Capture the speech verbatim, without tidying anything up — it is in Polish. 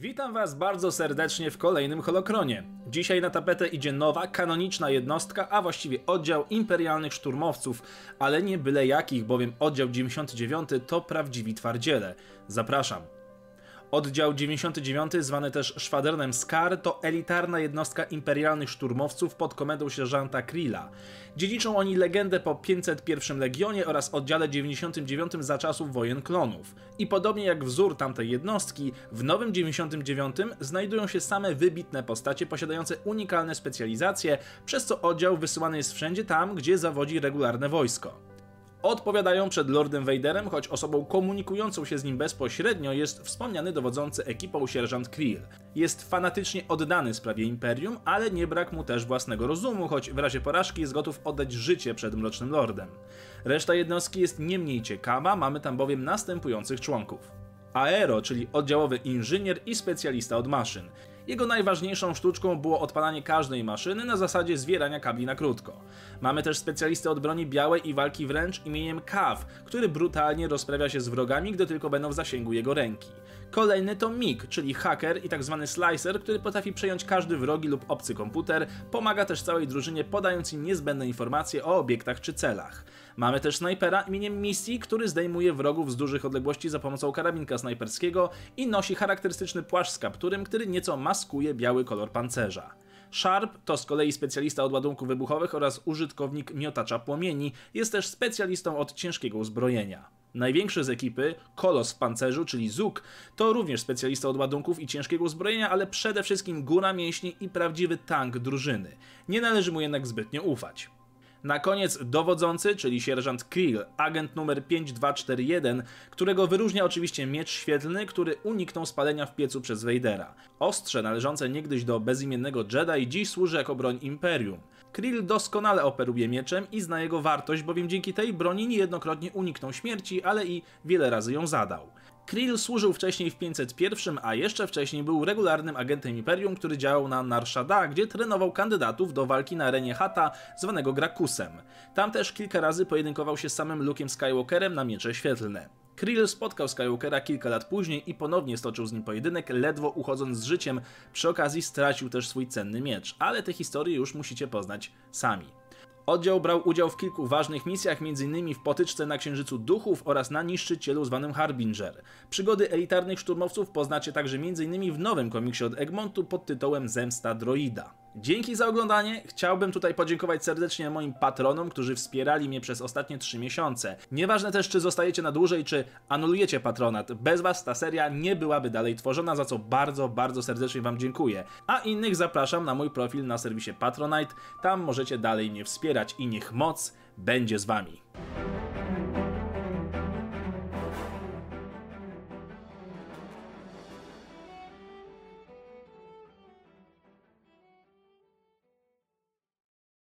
Witam was bardzo serdecznie w kolejnym Holokronie. Dzisiaj na tapetę idzie nowa, kanoniczna jednostka, a właściwie oddział imperialnych szturmowców, ale nie byle jakich, bowiem oddział dziewięćdziesiąty dziewiąty to prawdziwi twardziele. Zapraszam. Oddział dziewięćdziesiąty dziewiąty, zwany też szwadernem Scar, to elitarna jednostka imperialnych szturmowców pod komendą sierżanta Krilla. Dziedziczą oni legendę po pięćset pierwszym Legionie oraz oddziale dziewięćdziesiątym dziewiątym za czasów wojen klonów. I podobnie jak wzór tamtej jednostki, w nowym dziewięćdziesiątym dziewiątym znajdują się same wybitne postacie posiadające unikalne specjalizacje, przez co oddział wysyłany jest wszędzie tam, gdzie zawodzi regularne wojsko. Odpowiadają przed Lordem Vaderem, choć osobą komunikującą się z nim bezpośrednio jest wspomniany dowodzący ekipą sierżant Krill. Jest fanatycznie oddany sprawie Imperium, ale nie brak mu też własnego rozumu, choć w razie porażki jest gotów oddać życie przed Mrocznym Lordem. Reszta jednostki jest nie mniej ciekawa, mamy tam bowiem następujących członków. Aero, czyli oddziałowy inżynier i specjalista od maszyn. Jego najważniejszą sztuczką było odpalanie każdej maszyny na zasadzie zwierania kabli na krótko. Mamy też specjalistę od broni białej i walki wręcz imieniem Cav, który brutalnie rozprawia się z wrogami, gdy tylko będą w zasięgu jego ręki. Kolejny to Mig, czyli haker i tzw. slicer, który potrafi przejąć każdy wrogi lub obcy komputer, pomaga też całej drużynie, podając im niezbędne informacje o obiektach czy celach. Mamy też snajpera imieniem Missy, który zdejmuje wrogów z dużych odległości za pomocą karabinka snajperskiego i nosi charakterystyczny płaszcz z kapturem, który nieco maskuje biały kolor pancerza. Sharp to z kolei specjalista od ładunków wybuchowych oraz użytkownik miotacza płomieni, jest też specjalistą od ciężkiego uzbrojenia. Największy z ekipy, kolos w pancerzu, czyli Zuk, to również specjalista od ładunków i ciężkiego uzbrojenia, ale przede wszystkim góra mięśni i prawdziwy tank drużyny. Nie należy mu jednak zbytnio ufać. Na koniec dowodzący, czyli sierżant Krill, agent numer pięć dwa cztery jeden, którego wyróżnia oczywiście miecz świetlny, który uniknął spalenia w piecu przez Vadera. Ostrze należące niegdyś do bezimiennego Jedi dziś służy jako broń Imperium. Krill doskonale operuje mieczem i zna jego wartość, bowiem dzięki tej broni niejednokrotnie uniknął śmierci, ale i wiele razy ją zadał. Krill służył wcześniej w pięćset pierwszym, a jeszcze wcześniej był regularnym agentem Imperium, który działał na Nar Shaddaa, gdzie trenował kandydatów do walki na arenie Hata, zwanego Grakusem. Tam też kilka razy pojedynkował się z samym Luke'em Skywalkerem na miecze świetlne. Krill spotkał Skywalkera kilka lat później i ponownie stoczył z nim pojedynek, ledwo uchodząc z życiem, przy okazji stracił też swój cenny miecz, ale te historie już musicie poznać sami. Oddział brał udział w kilku ważnych misjach, między innymi w potyczce na Księżycu Duchów oraz na niszczycielu zwanym Harbinger. Przygody elitarnych szturmowców poznacie także między innymi w nowym komiksie od Egmontu pod tytułem Zemsta Droida. Dzięki za oglądanie, chciałbym tutaj podziękować serdecznie moim patronom, którzy wspierali mnie przez ostatnie trzy miesiące. Nieważne też, czy zostajecie na dłużej, czy anulujecie patronat, bez was ta seria nie byłaby dalej tworzona, za co bardzo, bardzo serdecznie wam dziękuję. A innych zapraszam na mój profil na serwisie Patronite, tam możecie dalej mnie wspierać i niech moc będzie z wami.